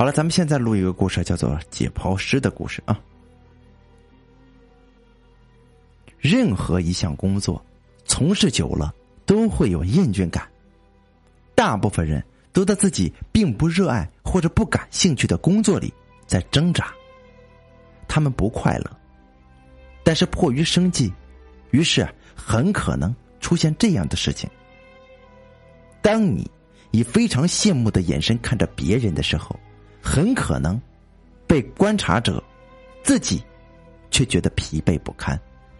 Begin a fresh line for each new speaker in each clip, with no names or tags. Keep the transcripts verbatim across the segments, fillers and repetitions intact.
好了，咱们现在录一个故事，叫做解剖师的故事啊。任何一项工作从事久了都会有厌倦感，大部分人都在自己并不热爱或者不感兴趣的工作里在挣扎，他们不快乐，但是迫于生计，于是很可能出现这样的事情。当你以非常羡慕的眼神看着别人的时候，很可能被观察者自己却觉得疲惫不堪。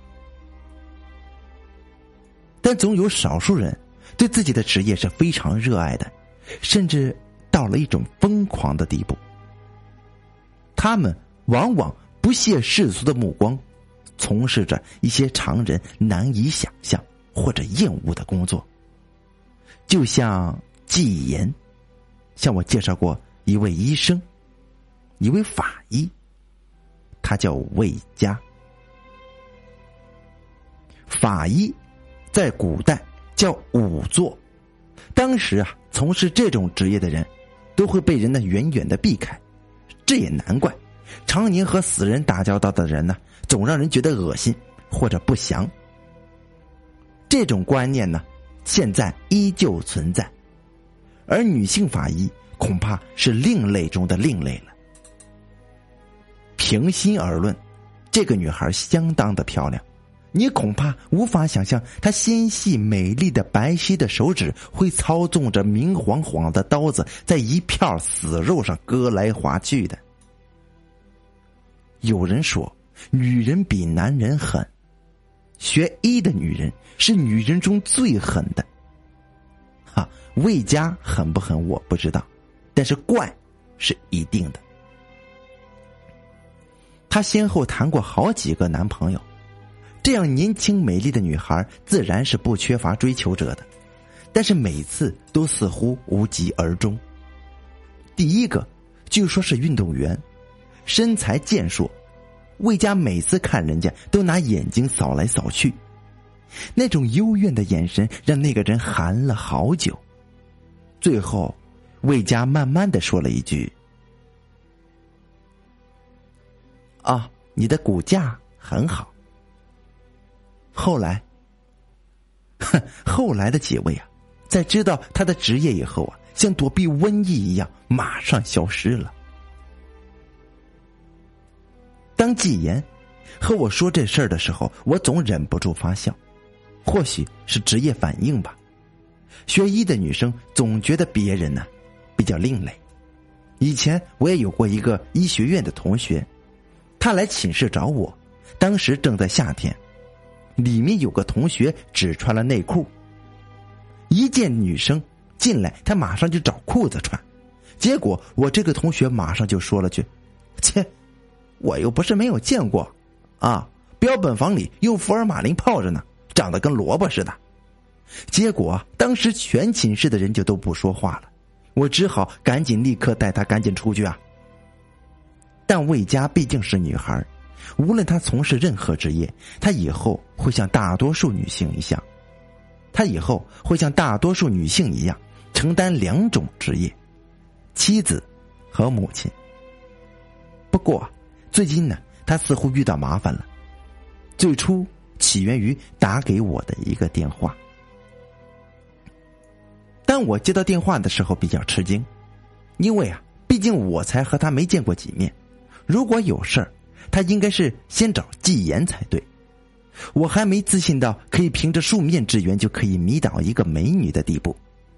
但总有少数人对自己的职业是非常热爱的，甚至到了一种疯狂的地步。他们往往不屑世俗的目光，从事着一些常人难以想象或者厌恶的工作。就像纪言，向我介绍过一位医生，一位法医，他叫魏家。法医在古代叫仵作，当时啊，从事这种职业的人都会被人呢远远的避开，这也难怪，常年和死人打交道的人呢，总让人觉得恶心或者不祥。这种观念呢，现在依旧存在，而女性法医恐怕是另类中的另类了。平心而论，这个女孩相当的漂亮，你恐怕无法想象她纤细美丽的白皙的手指会操纵着明晃晃的刀子在一片死肉上割来划去的。有人说女人比男人狠，学医的女人是女人中最狠的。哈，魏家狠不狠我不知道，但是怪是一定的。她先后谈过好几个男朋友，这样年轻美丽的女孩自然是不缺乏追求者的，但是每次都似乎无疾而终。第一个据说是运动员，身材健硕，魏家每次看人家都拿眼睛扫来扫去，那种幽怨的眼神让那个人寒了好久。最后魏家慢慢的说了一句：啊，你的骨架很好。后来哼，后来的几位啊，在知道他的职业以后啊，像躲避瘟疫一样马上消失了。当纪言和我说这事儿的时候，我总忍不住发笑，或许是职业反应吧。学医的女生总觉得别人呢比较另类。以前我也有过一个医学院的同学，他来寝室找我，当时正在夏天，里面有个同学只穿了内裤，一见女生进来，他马上就找裤子穿，结果我这个同学马上就说了句：切，我又不是没有见过啊，标本房里用福尔马林泡着呢，长得跟萝卜似的。结果当时全寝室的人就都不说话了，我只好赶紧立刻带他赶紧出去啊。但魏家毕竟是女孩，无论她从事任何职业，她以后会像大多数女性一样，她以后会像大多数女性一样承担两种职业，妻子和母亲。不过最近呢，她似乎遇到麻烦了。最初起源于打给我的一个电话。当我接到电话的时候比较吃惊，因为啊，毕竟我才和他没见过几面，如果有事儿，他应该是先找纪言才对。我还没自信到可以凭着数面之缘就可以迷倒一个美女的地步。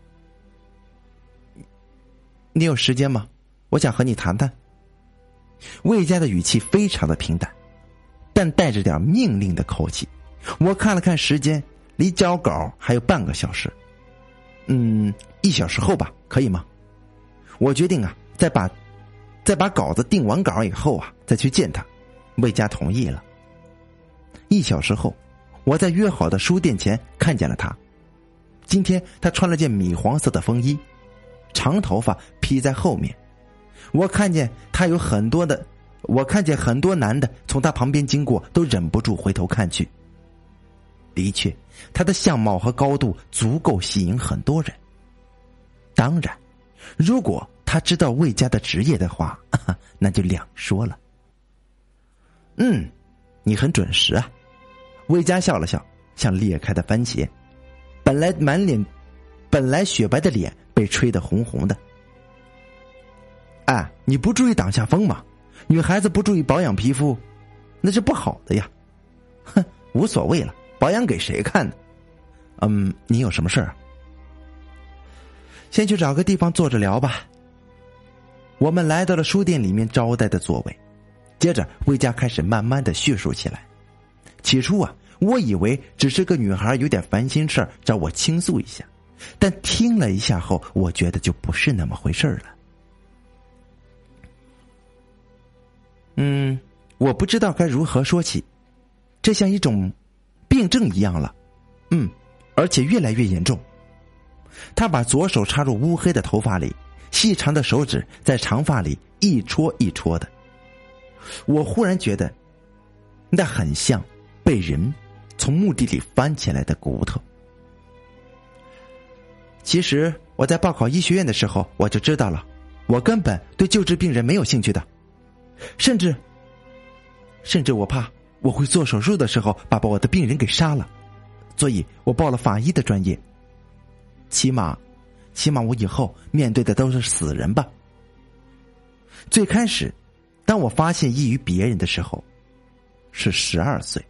你有时间吗？我想和你谈谈。魏家的语气非常的平淡，但带着点命令的口气。我看了看时间，离交稿还有半个小时。嗯，一小时后吧，可以吗？我决定啊，再把再把稿子定完稿以后啊，再去见他。魏家同意了。一小时后，我在约好的书店前看见了他。今天他穿了件米黄色的风衣，长头发披在后面。我看见他有很多的，我看见很多男的从他旁边经过，都忍不住回头看去。的确，他的相貌和高度足够吸引很多人。当然，如果他他知道魏家的职业的话，那就两说了。嗯，你很准时啊。魏家笑了笑，像裂开的番茄，本来满脸本来雪白的脸被吹得红红的。哎，你不注意挡下风吗？女孩子不注意保养皮肤，那是不好的呀。哼，无所谓了，保养给谁看呢？嗯，你有什么事儿？先去找个地方坐着聊吧。我们来到了书店里面招待的座位，接着魏家开始慢慢的叙述起来。起初啊，我以为只是个女孩有点烦心事儿找我倾诉一下，但听了一下后，我觉得就不是那么回事了。嗯，我不知道该如何说起，这像一种病症一样了。嗯，而且越来越严重。他把左手插入乌黑的头发里，细长的手指在长发里一戳一戳的。我忽然觉得那很像被人从墓地里翻起来的骨头。其实我在报考医学院的时候我就知道了，我根本对救治病人没有兴趣的，甚至甚至我怕我会做手术的时候把我的病人给杀了，所以我报了法医的专业。起码起码我以后面对的都是死人吧。最开始当我发现异于别人的时候是十二岁。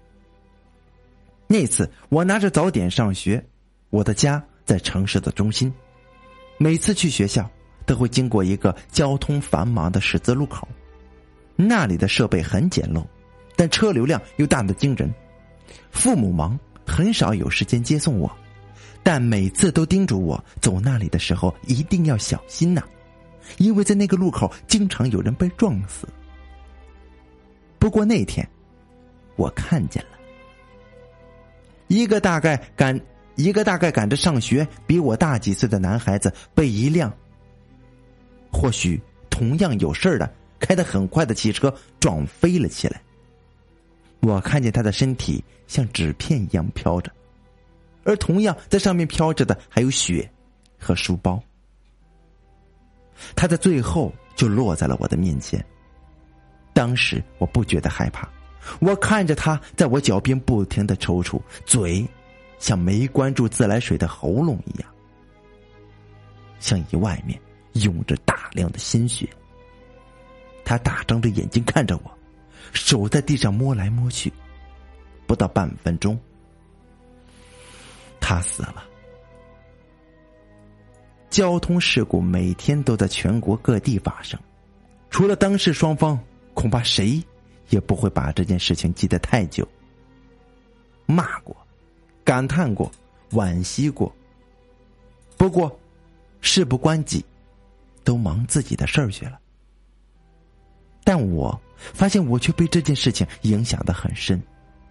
那次我拿着早点上学，我的家在城市的中心，每次去学校都会经过一个交通繁忙的十字路口，那里的设备很简陋，但车流量又大得惊人。父母忙，很少有时间接送我，但每次都叮嘱我走那里的时候一定要小心呐、啊，因为在那个路口经常有人被撞死。不过那天我看见了一个大概赶一个大概赶着上学比我大几岁的男孩子被一辆或许同样有事的开得很快的汽车撞飞了起来。我看见他的身体像纸片一样飘着，而同样在上面飘着的还有血和书包。他在最后就落在了我的面前。当时我不觉得害怕，我看着他在我脚边不停地抽搐，嘴像没关住自来水的喉咙一样，像一外面涌着大量的鲜血。他大睁着眼睛看着我，手在地上摸来摸去，不到半分钟他死了。交通事故每天都在全国各地发生，除了当事双方，恐怕谁也不会把这件事情记得太久。骂过，感叹过，惋惜过，不过事不关己，都忙自己的事儿去了。但我发现我却被这件事情影响得很深。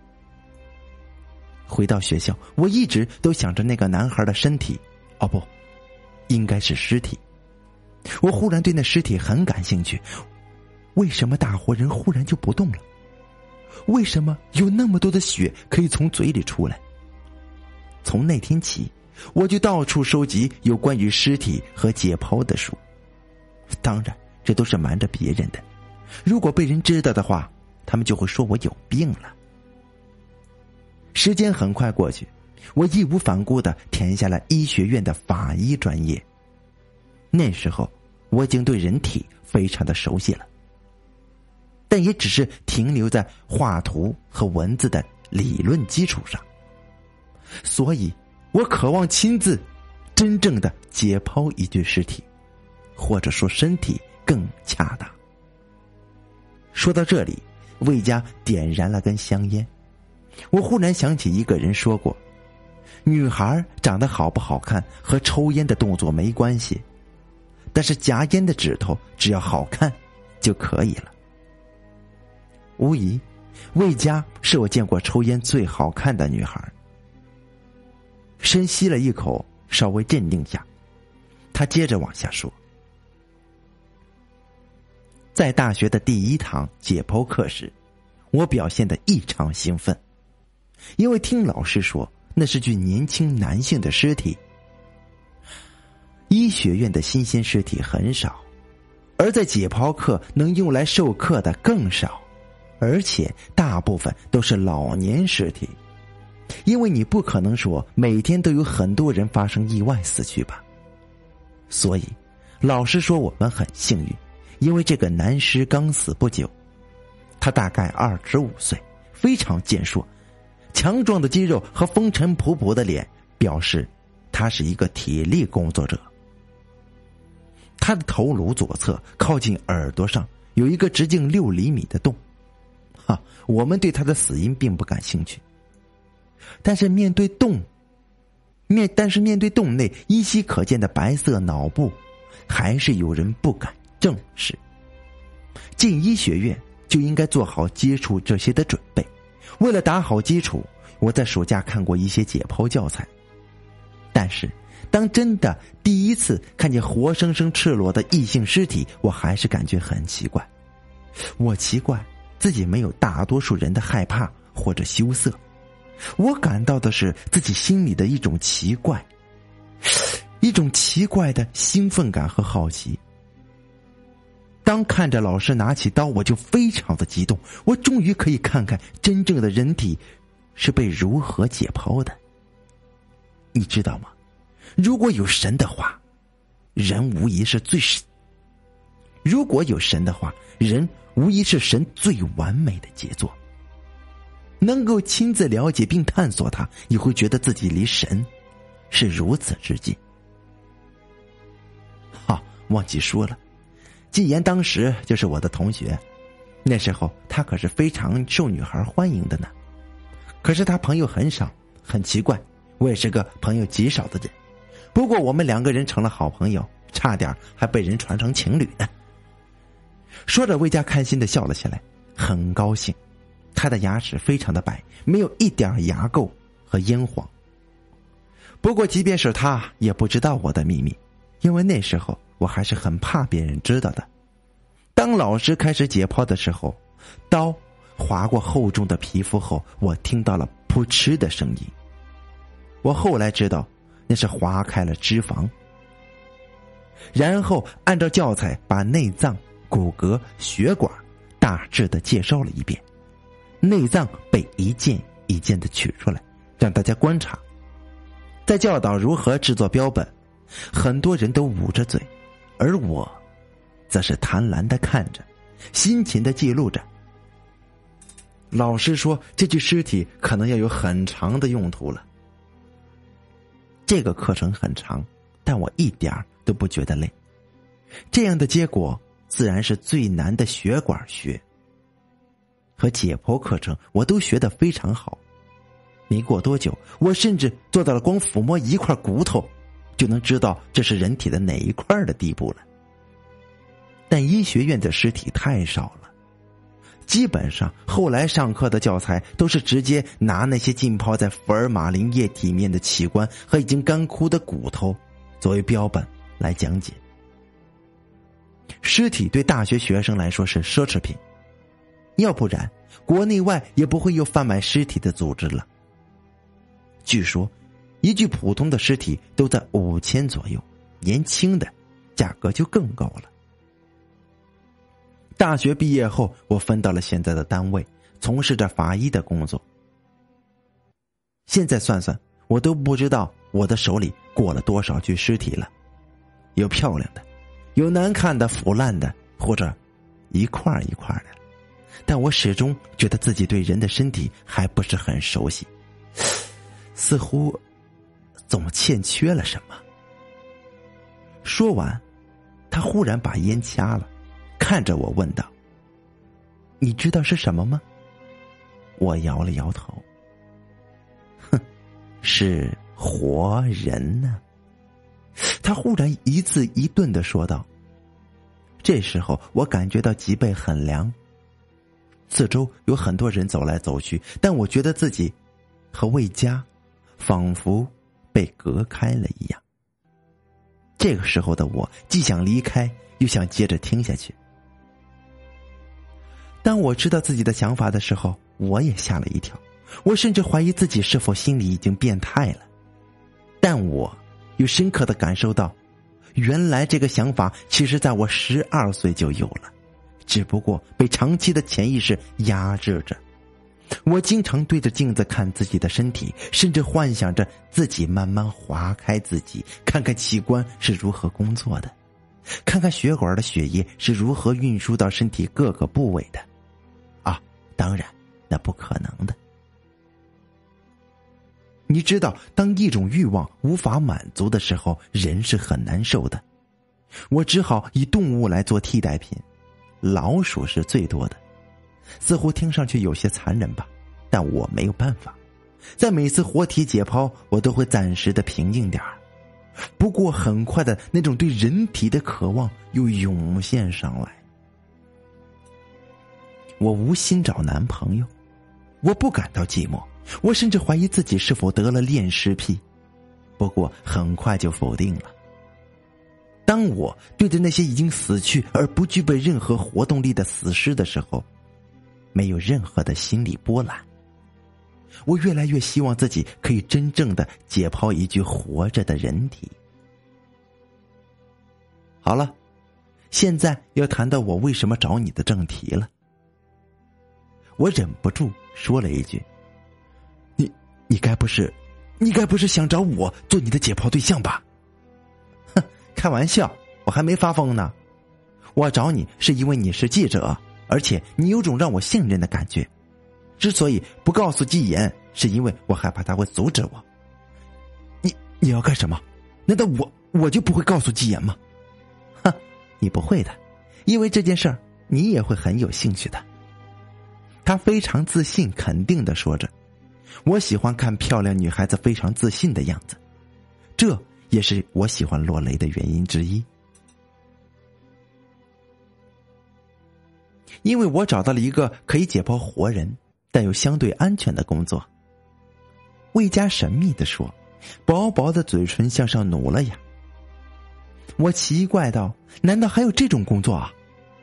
回到学校，我一直都想着那个男孩的身体，哦不，应该是尸体。我忽然对那尸体很感兴趣，为什么大活人忽然就不动了？为什么有那么多的血可以从嘴里出来？从那天起，我就到处收集有关于尸体和解剖的书，当然这都是瞒着别人的，如果被人知道的话，他们就会说我有病了。时间很快过去，我义无反顾地填下了医学院的法医专业。那时候我已经对人体非常的熟悉了，但也只是停留在画图和文字的理论基础上，所以我渴望亲自真正的解剖一具尸体，或者说身体更恰当。说到这里，魏家点燃了根香烟。我忽然想起一个人说过，女孩长得好不好看和抽烟的动作没关系，但是夹烟的指头只要好看就可以了。无疑，魏佳是我见过抽烟最好看的女孩。深吸了一口，稍微镇定下，她接着往下说，在大学的第一堂解剖课时，我表现得异常兴奋，因为听老师说那是具年轻男性的尸体。 医学院的新鲜尸体很少，而在解剖课能用来授课的更少，而且大部分都是老年尸体。因为你不可能说每天都有很多人发生意外死去吧。所以老实说我们很幸运，因为这个男尸刚死不久，他大概二十五岁，非常健硕，强壮的肌肉和风尘仆仆的脸表示他是一个体力工作者。他的头颅左侧靠近耳朵上有一个直径六厘米的洞。哈，我们对他的死因并不感兴趣，但是面对洞面但是面对洞内依稀可见的白色脑部，还是有人不敢正视。进医学院就应该做好接触这些的准备。为了打好基础，我在暑假看过一些解剖教材，但是当真的第一次看见活生生赤裸的异性尸体，我还是感觉很奇怪。我奇怪自己没有大多数人的害怕或者羞涩，我感到的是自己心里的一种奇怪，一种奇怪的兴奋感和好奇。当看着老师拿起刀，我就非常的激动，我终于可以看看真正的人体是被如何解剖的。你知道吗？如果有神的话，人无疑是最如果有神的话，人无疑是神最完美的杰作。能够亲自了解并探索它，你会觉得自己离神是如此之近。好，忘记说了，季言当时就是我的同学，那时候他可是非常受女孩欢迎的呢。可是他朋友很少，很奇怪，我也是个朋友极少的人。不过我们两个人成了好朋友，差点还被人传成情侣呢。说着魏家开心的笑了起来，很高兴。他的牙齿非常的白，没有一点牙垢和烟黄。不过即便是他也不知道我的秘密，因为那时候我还是很怕别人知道的。当老师开始解剖的时候，刀划过厚重的皮肤后，我听到了扑哧的声音。我后来知道那是划开了脂肪，然后按照教材把内脏、骨骼、血管大致的介绍了一遍。内脏被一件一件的取出来，让大家观察，再教导如何制作标本。很多人都捂着嘴，而我则是贪婪的看着，辛勤的记录着。老师说这具尸体可能要有很长的用途了。这个课程很长，但我一点都不觉得累。这样的结果自然是最难的血管学和解剖课程我都学得非常好。没过多久，我甚至做到了光抚摸一块骨头就能知道这是人体的哪一块的地步了。但医学院的尸体太少了，基本上后来上课的教材都是直接拿那些浸泡在福尔马林液体面的器官和已经干枯的骨头作为标本来讲解。尸体对大学学生来说是奢侈品，要不然国内外也不会有贩卖尸体的组织了。据说一具普通的尸体都在五千左右，年轻的价格就更高了。大学毕业后，我分到了现在的单位，从事着法医的工作。现在算算，我都不知道我的手里过了多少具尸体了，有漂亮的，有难看的、腐烂的，或者一块一块的。但我始终觉得自己对人的身体还不是很熟悉，似乎总欠缺了什么。说完，他忽然把烟掐了，看着我问道：“你知道是什么吗？”我摇了摇头。哼，是活人呢。他忽然一字一顿地说道。这时候我感觉到脊背很凉，四周有很多人走来走去，但我觉得自己和魏家仿佛被隔开了一样。这个时候的我既想离开，又想接着听下去。当我知道自己的想法的时候，我也吓了一跳，我甚至怀疑自己是否心里已经变态了。但我又深刻地感受到， 原来这个想法其实在我十二岁就有了，只不过被长期的潜意识压制着。我经常对着镜子看自己的身体，甚至幻想着自己慢慢划开自己，看看器官是如何工作的，看看血管的血液是如何运输到身体各个部位的。啊，当然那不可能的。你知道，当一种欲望无法满足的时候，人是很难受的。我只好以动物来做替代品，老鼠是最多的。似乎听上去有些残忍吧，但我没有办法。在每次活体解剖，我都会暂时的平静点儿。不过很快的那种对人体的渴望又涌现上来。我无心找男朋友，我不感到寂寞，我甚至怀疑自己是否得了恋尸癖，不过很快就否定了。当我对着那些已经死去而不具备任何活动力的死尸的时候，没有任何的心理波澜。我越来越希望自己可以真正的解剖一具活着的人体。好了，现在要谈到我为什么找你的正题了。我忍不住说了一句：你你该不是你该不是想找我做你的解剖对象吧？哼，开玩笑，我还没发疯呢。我找你是因为你是记者，而且你有种让我信任的感觉。之所以不告诉纪言，是因为我害怕他会阻止我。你你要干什么？难道我我就不会告诉纪言吗？哼，你不会的，因为这件事儿你也会很有兴趣的。他非常自信肯定地说着，我喜欢看漂亮女孩子非常自信的样子，这也是我喜欢洛雷的原因之一。因为我找到了一个可以解剖活人但又相对安全的工作。魏加神秘地说，薄薄的嘴唇向上努了呀。我奇怪道，难道还有这种工作啊？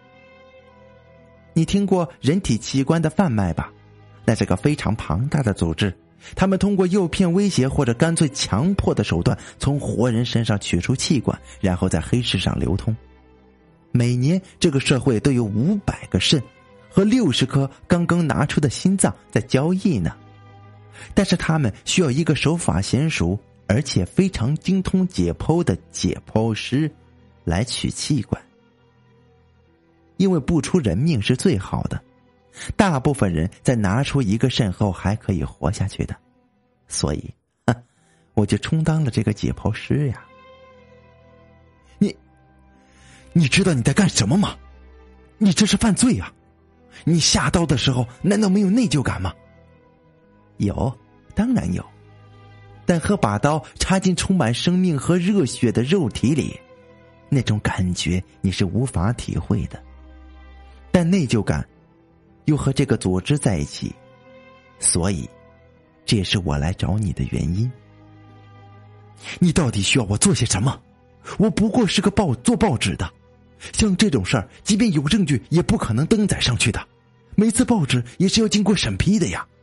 你听过人体器官的贩卖吧？那是个非常庞大的组织，他们通过诱骗、威胁或者干脆强迫的手段，从活人身上取出器官，然后在黑市上流通。每年这个社会都有五百个肾和六十颗刚刚拿出的心脏在交易呢。但是他们需要一个手法娴熟而且非常精通解剖的解剖师来取器官。因为不出人命是最好的，大部分人在拿出一个肾后还可以活下去的，所以我就充当了这个解剖师呀。你你知道你在干什么吗？你这是犯罪啊！你下刀的时候难道没有内疚感吗？有，当然有。但和把刀插进充满生命和热血的肉体里，那种感觉你是无法体会的。但内疚感又和这个组织在一起，所以这也是我来找你的原因。你到底需要我做些什么？我不过是个报做报纸的，像这种事儿即便有证据也不可能登载上去的，每次报纸也是要经过审批的呀。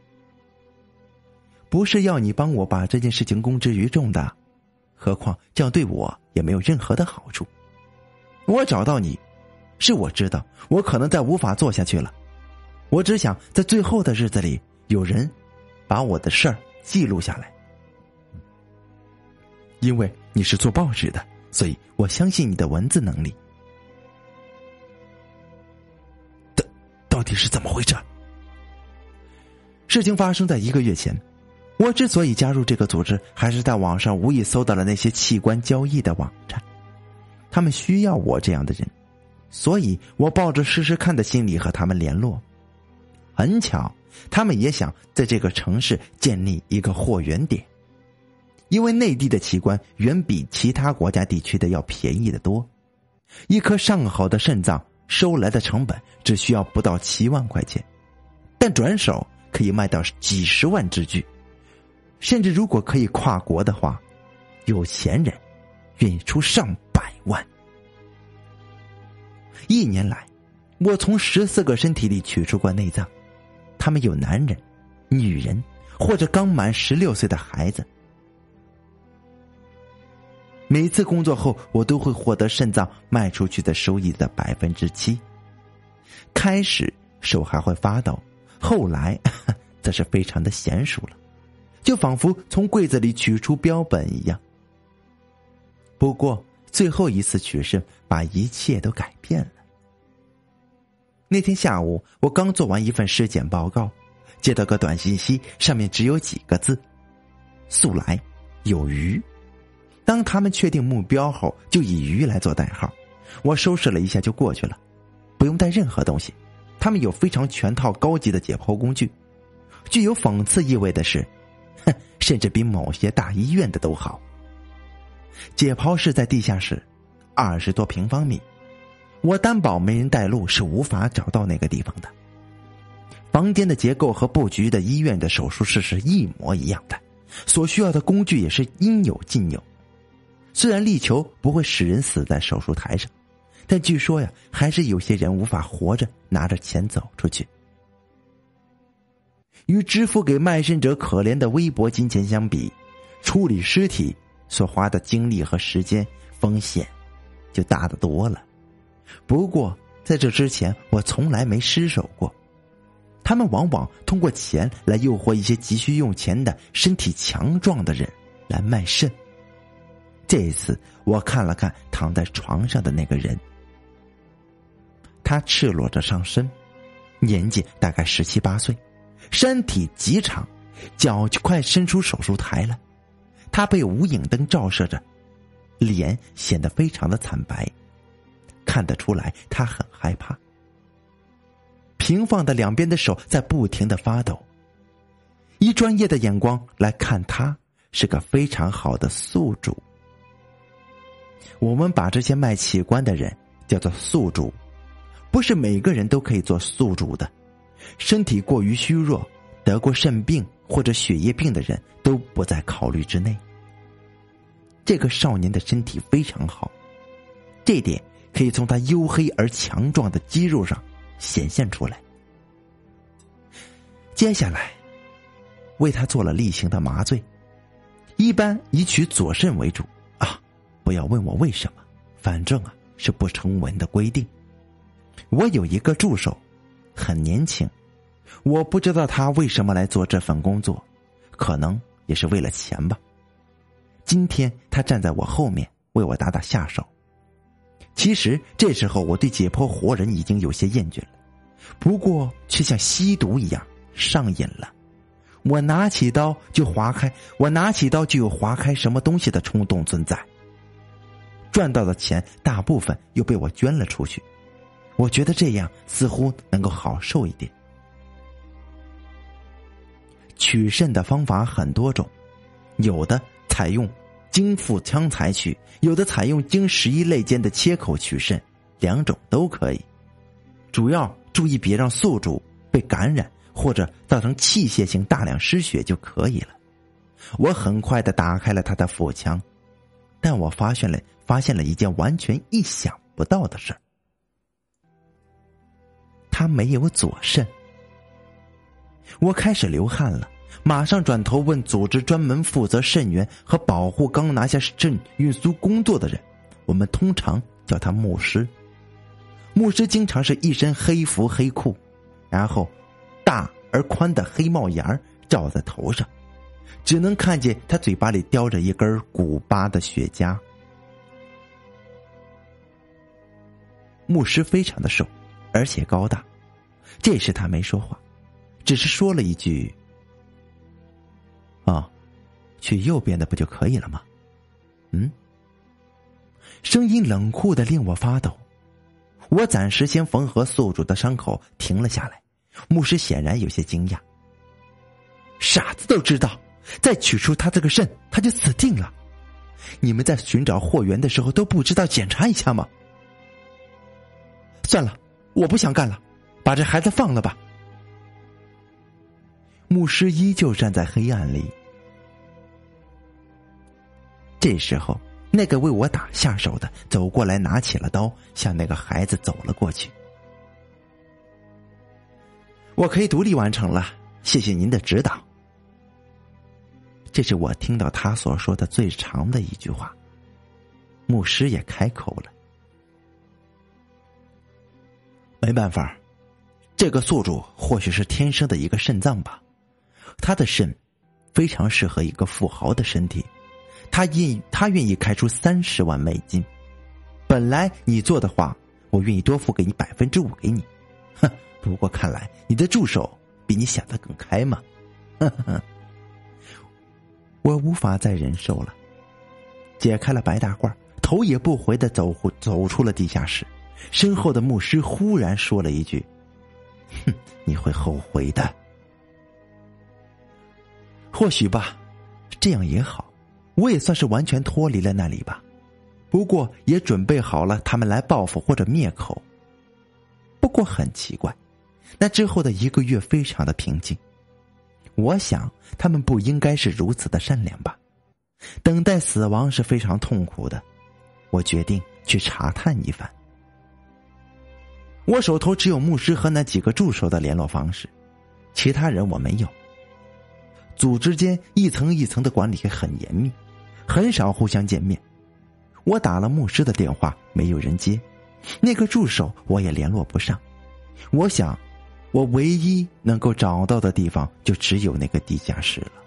不是要你帮我把这件事情公之于众的，何况这样对我也没有任何的好处。我找到你是我知道我可能再无法做下去了，我只想在最后的日子里有人把我的事儿记录下来。因为你是做报纸的，所以我相信你的文字能力。到到底是怎么回事？事情发生在一个月前，我之所以加入这个组织，还是在网上无意搜到了那些器官交易的网站，他们需要我这样的人，所以我抱着试试看的心理和他们联络。很巧，他们也想在这个城市建立一个货源点，因为内地的器官远比其他国家地区的要便宜得多。一颗上好的肾脏收来的成本只需要不到七万块钱，但转手可以卖到几十万之巨。甚至如果可以跨国的话，有钱人愿意出上百万。一年来，我从十四个身体里取出过内脏，他们有男人、女人或者刚满十六岁的孩子。 每次工作后，我都会获得肾脏卖出去的收益的百分之七。开始手还会发抖，后来则是非常的娴熟了，就仿佛从柜子里取出标本一样。不过最后一次取肾把一切都改变了。那天下午，我刚做完一份尸检报告，接到个短信息，上面只有几个字：速来，有鱼。当他们确定目标后，就以鱼来做代号。我收拾了一下就过去了，不用带任何东西。他们有非常全套高级的解剖工具，具有讽刺意味的是，哼，甚至比某些大医院的都好。解剖室在地下室，二十多平方米，我担保没人带路是无法找到那个地方的。房间的结构和布局的医院的手术室是一模一样的，所需要的工具也是应有尽有。虽然力求不会使人死在手术台上，但据说呀，还是有些人无法活着拿着钱走出去。与支付给卖肾者可怜的微薄金钱相比，处理尸体所花的精力和时间风险就大得多了。不过在这之前，我从来没失手过。他们往往通过钱来诱惑一些急需用钱的身体强壮的人来卖肾。这次我看了看躺在床上的那个人，他赤裸着上身，年纪大概十七八岁，身体极长，脚就快伸出手术台了。他被无影灯照射着，脸显得非常的惨白，看得出来他很害怕。平放的两边的手在不停的发抖。以专业的眼光来看，他是个非常好的宿主。我们把这些卖器官的人叫做宿主，不是每个人都可以做宿主的。身体过于虚弱，得过肾病或者血液病的人都不在考虑之内。这个少年的身体非常好，这点可以从他黝黑而强壮的肌肉上显现出来。接下来为他做了例行的麻醉，一般以取左肾为主啊，不要问我为什么，反正啊是不成文的规定。我有一个助手，很年轻，我不知道他为什么来做这份工作，可能也是为了钱吧。今天他站在我后面为我打打下手。其实这时候我对解剖活人已经有些厌倦了，不过却像吸毒一样上瘾了。我拿起刀就划开，我拿起刀就有划开什么东西的冲动存在。赚到的钱大部分又被我捐了出去，我觉得这样似乎能够好受一点。取肾的方法很多种，有的采用经腹腔采取，有的采用经十一肋间的切口取肾，两种都可以。主要注意别让宿主被感染或者造成器械性大量失血就可以了。我很快地打开了他的腹腔，但我发现了发现了一件完全意想不到的事儿，他没有左肾。我开始流汗了，马上转头问组织专门负责肾源和保护刚拿下肾运输工作的人，我们通常叫他牧师。牧师经常是一身黑服黑裤，然后大而宽的黑帽檐罩在头上，只能看见他嘴巴里叼着一根古巴的雪茄。牧师非常的瘦，而且高大，这时他没说话，只是说了一句：啊，去右边的不就可以了吗？嗯，声音冷酷的令我发抖。我暂时先缝合宿主的伤口，停了下来。牧师显然有些惊讶。傻子都知道，再取出他这个肾，他就死定了。你们在寻找货源的时候都不知道检查一下吗？算了，我不想干了，把这孩子放了吧。牧师依旧站在黑暗里。这时候，那个为我打下手的走过来，拿起了刀，向那个孩子走了过去。我可以独立完成了，谢谢您的指导。这是我听到他所说的最长的一句话。 牧师也开口了：“没办法，这个宿主或许是天生的一个肾脏吧，他的肾非常适合一个富豪的身体，他愿他愿意开出三十万美金。本来你做的话，我愿意多付给你百分之五给你。哼，不过看来你的助手比你想的更开嘛。呵呵，我无法再忍受了，解开了白大褂，头也不回的走走出了地下室。身后的牧师忽然说了一句：“哼，你会后悔的。”或许吧，这样也好，我也算是完全脱离了那里吧。不过也准备好了他们来报复或者灭口。不过很奇怪，那之后的一个月非常的平静。我想他们不应该是如此的善良吧。等待死亡是非常痛苦的，我决定去查探一番。我手头只有牧师和那几个助手的联络方式，其他人我没有。组织间一层一层的管理很严密，很少互相见面。我打了牧师的电话，没有人接，那个助手我也联络不上。我想我唯一能够找到的地方就只有那个地下室了。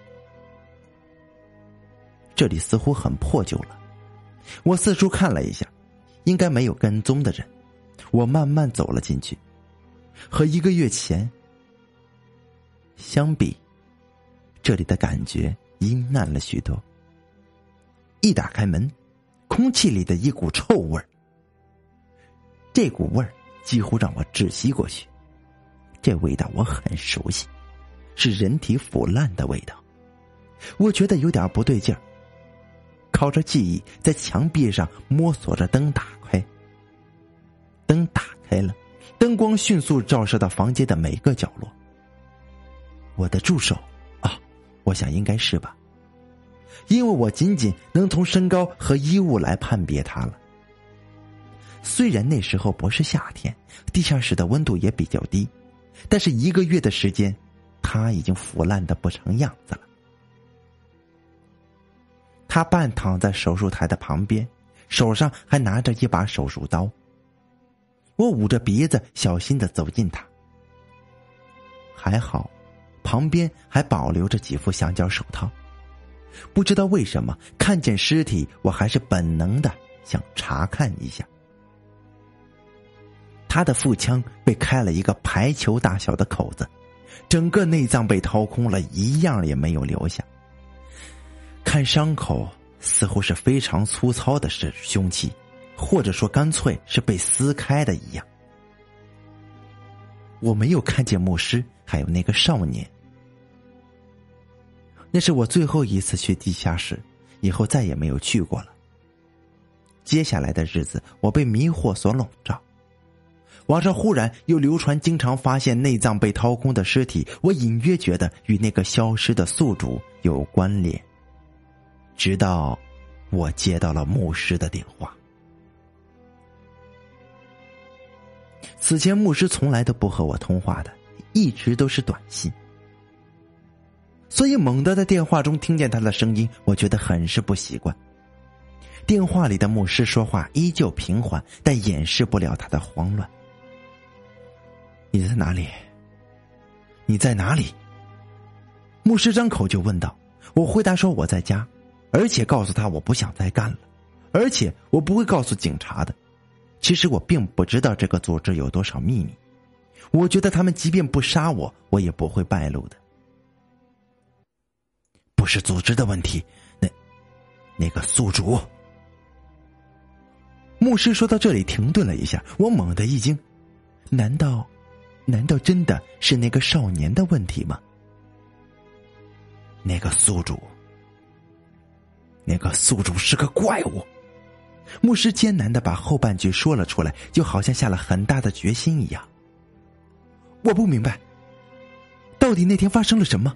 这里似乎很破旧了，我四处看了一下，应该没有跟踪的人。我慢慢走了进去，和一个月前相比，这里的感觉阴暗了许多。一打开门，空气里的一股臭味儿，这股味儿几乎让我窒息过去。这味道我很熟悉，是人体腐烂的味道。我觉得有点不对劲儿，靠着记忆在墙壁上摸索着灯打开。灯打开了，灯光迅速照射到房间的每个角落。我的助手啊，我想应该是吧，因为我仅仅能从身高和衣物来判别他了。虽然那时候不是夏天，地下室的温度也比较低，但是一个月的时间，他已经腐烂得不成样子了。他半躺在手术台的旁边，手上还拿着一把手术刀。我捂着鼻子小心地走近他，还好旁边还保留着几副橡胶手套。不知道为什么，看见尸体我还是本能的想查看一下。他的腹腔被开了一个排球大小的口子，整个内脏被掏空了，一样也没有留下。看伤口似乎是非常粗糙的是凶器，或者说干脆是被撕开的一样。我没有看见牧师还有那个少年。那是我最后一次去地下室，以后再也没有去过了。接下来的日子我被迷惑所笼罩。网上忽然又流传经常发现内脏被掏空的尸体，我隐约觉得与那个消失的宿主有关联。直到我接到了牧师的电话。此前牧师从来都不和我通话的，一直都是短信。所以猛地在电话中听见他的声音，我觉得很是不习惯。电话里的牧师说话依旧平缓，但掩饰不了他的慌乱。你在哪里？你在哪里？牧师张口就问道。我回答说我在家，而且告诉他我不想再干了，而且我不会告诉警察的。其实我并不知道这个组织有多少秘密，我觉得他们即便不杀我，我也不会败露的。不是组织的问题，那那个宿主。牧师说到这里停顿了一下，我猛地一惊，难道难道真的是那个少年的问题吗？那个宿主那个宿主是个怪物。牧师艰难地把后半句说了出来，就好像下了很大的决心一样。我不明白，到底那天发生了什么？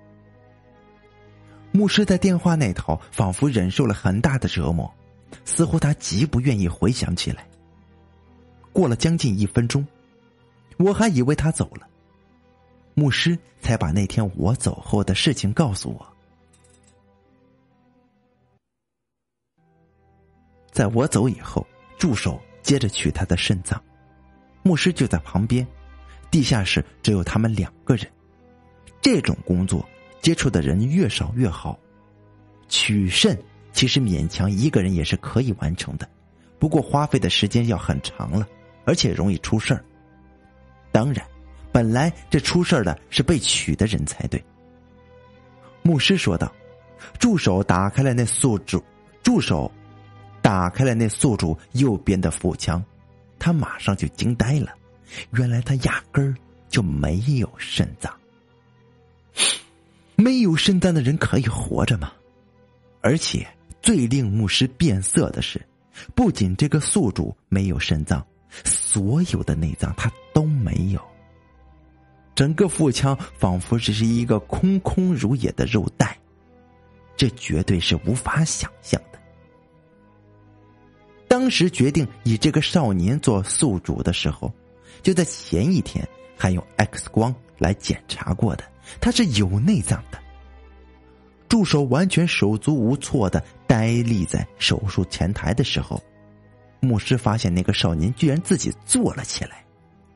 牧师在电话那头仿佛忍受了很大的折磨，似乎他极不愿意回想起来。过了将近一分钟，我还以为他走了，牧师才把那天我走后的事情告诉我。 在我走以后，助手接着取他的肾脏，牧师就在旁边，地下室只有他们两个人。这种工作接触的人越少越好。取肾其实勉强一个人也是可以完成的，不过花费的时间要很长了，而且容易出事儿。当然，本来这出事儿的是被取的人才对。牧师说道，助手打开了那宿主助手打开了那宿主右边的腹腔，他马上就惊呆了，原来他压根儿就没有肾脏。没有肾脏的人可以活着吗？而且最令牧师变色的是，不仅这个宿主没有肾脏，所有的内脏他都没有。整个腹腔仿佛只是一个空空如也的肉袋，这绝对是无法想象的。当时决定以这个少年做宿主的时候，就在前一天还用 X 光来检查过的，他是有内脏的。助手完全手足无措的呆立在手术前台的时候，牧师发现那个少年居然自己坐了起来。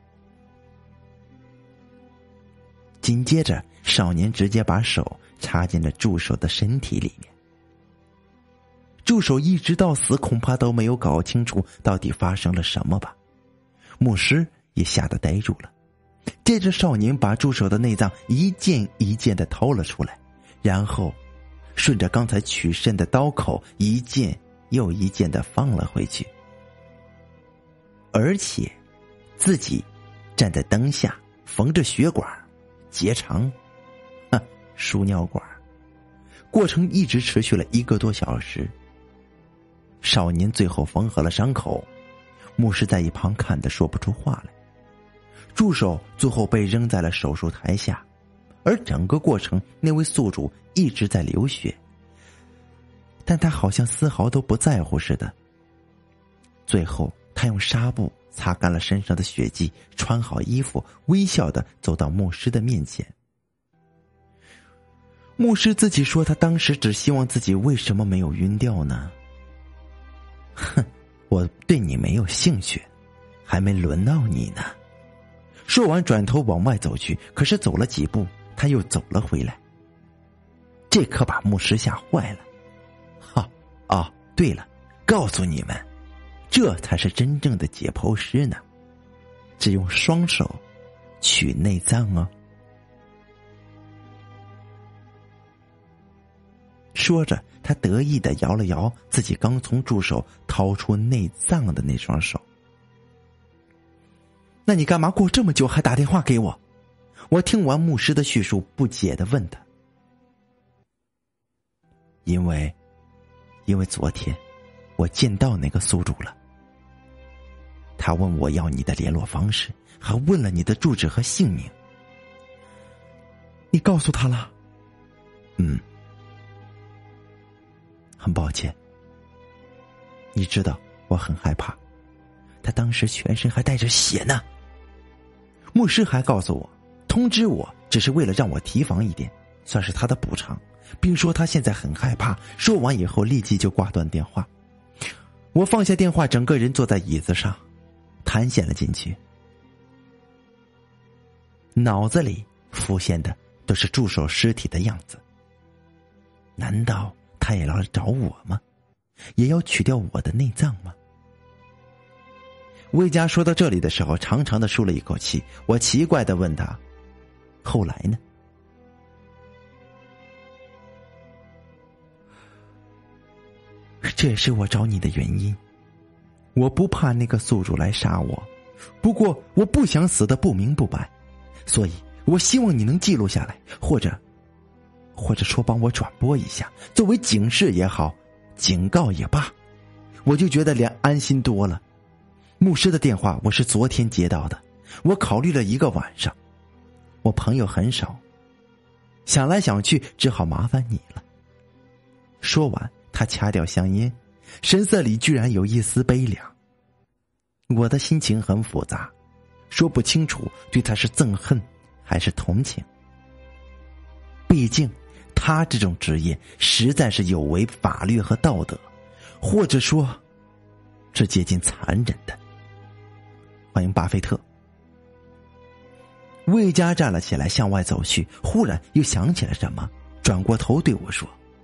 紧接着，少年直接把手插进了助手的身体里面。助手一直到死恐怕都没有搞清楚到底发生了什么吧。牧师也吓得呆住了。接着少年把助手的内脏一件一件的掏了出来，然后顺着刚才取肾的刀口一件又一件的放了回去，而且自己站在灯下缝着血管结肠，哼，输尿管。过程一直持续了一个多小时。少年最后缝合了伤口，牧师在一旁看得说不出话来。助手最后被扔在了手术台下，而整个过程那位宿主一直在流血，但他好像丝毫都不在乎似的。最后他用纱布擦干了身上的血迹，穿好衣服，微笑地走到牧师的面前。牧师自己说他当时只希望自己为什么没有晕掉呢？哼，我对你没有兴趣，还没轮到你呢。说完转头往外走去，可是走了几步他又走了回来，这可把牧师吓坏了。哈哦，对了，告诉你们，这才是真正的解剖师呢，只用双手取内脏哦。说着，他得意地摇了摇自己刚从助手掏出内脏的那双手。那你干嘛过这么久还打电话给我？我听完牧师的叙述，不解地问他。因为，因为昨天我见到那个宿主了。他问我要你的联络方式，还问了你的住址和姓名。你告诉他了？嗯。很抱歉，你知道我很害怕，他当时全身还带着血呢。牧师还告诉我，通知我只是为了让我提防一点，算是他的补偿，并说他现在很害怕。说完以后立即就挂断电话。我放下电话，整个人坐在椅子上瘫陷了进去，脑子里浮现的都是助手尸体的样子。难道他也来找我吗？也要取掉我的内脏吗？魏佳说到这里的时候，长长的舒了一口气。我奇怪的问他，后来呢？这也是我找你的原因。我不怕那个宿主来杀我，不过我不想死的不明不白，所以我希望你能记录下来，或者或者说帮我转播一下，作为警示也好，警告也罢。我就觉得连安心多了。牧师的电话我是昨天接到的，我考虑了一个晚上，我朋友很少，想来想去只好麻烦你了。说完他掐掉香烟，神色里居然有一丝悲凉。我的心情很复杂，说不清楚对他是憎恨还是同情。毕竟他这种职业实在是有违法律和道德，或者说是接近残忍的。欢迎巴菲特。魏佳站了起来向外走去，忽然又想起了什么，转过头对我说：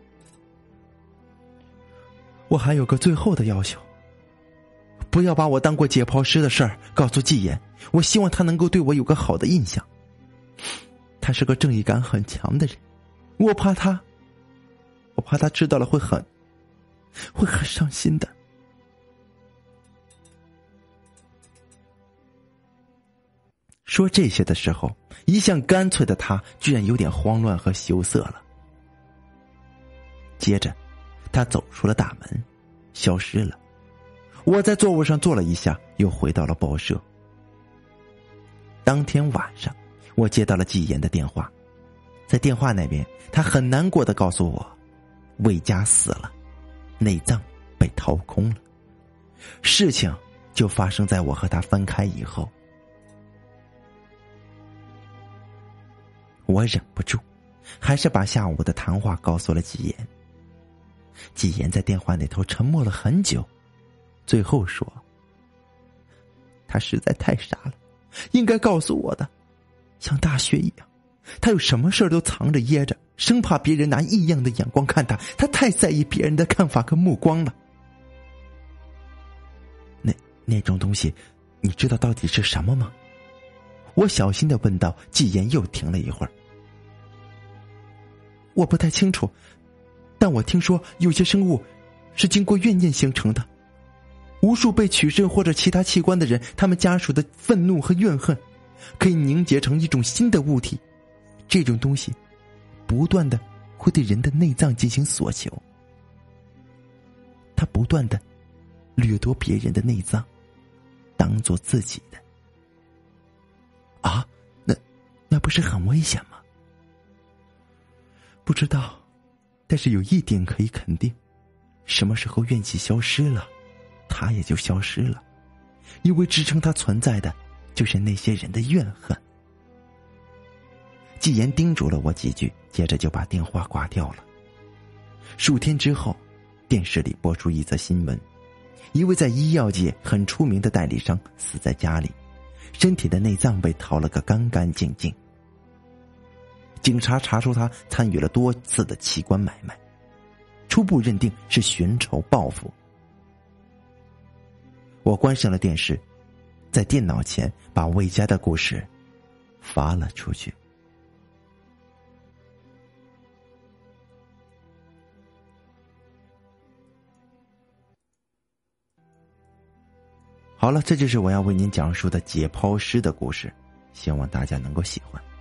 我还有个最后的要求，不要把我当过解剖师的事儿告诉纪言，我希望他能够对我有个好的印象。他是个正义感很强的人，我怕他我怕他知道了会很会很伤心的。说这些的时候，一向干脆的他居然有点慌乱和羞涩了。接着他走出了大门，消失了。我在座位上坐了一下，又回到了报社。当天晚上我接到了纪言的电话，在电话那边他很难过的告诉我，魏佳死了，内脏被掏空了。事情就发生在我和他分开以后。我忍不住还是把下午的谈话告诉了纪言。纪言在电话那头沉默了很久，最后说：他实在太傻了，应该告诉我的，像大学一样，他有什么事都藏着掖着，生怕别人拿异样的眼光看他，他太在意别人的看法和目光了。那那种东西你知道到底是什么吗？我小心地问道。纪言又停了一会儿。我不太清楚，但我听说有些生物是经过怨念形成的，无数被取肾或者其他器官的人，他们家属的愤怒和怨恨可以凝结成一种新的物体，这种东西不断的会对人的内脏进行索求，他不断的掠夺别人的内脏当做自己的。啊，那那不是很危险吗？不知道，但是有一点可以肯定，什么时候怨气消失了，他也就消失了，因为支撑他存在的就是那些人的怨恨。纪言叮嘱了我几句，接着就把电话挂掉了。数天之后，电视里播出一则新闻，一位在医药界很出名的代理商死在家里，身体的内脏被掏了个干干净净。警察查出他参与了多次的器官买卖，初步认定是寻仇报复。我关上了电视，在电脑前把魏佳的故事发了出去。好了，这就是我要为您讲述的解剖师的故事，希望大家能够喜欢。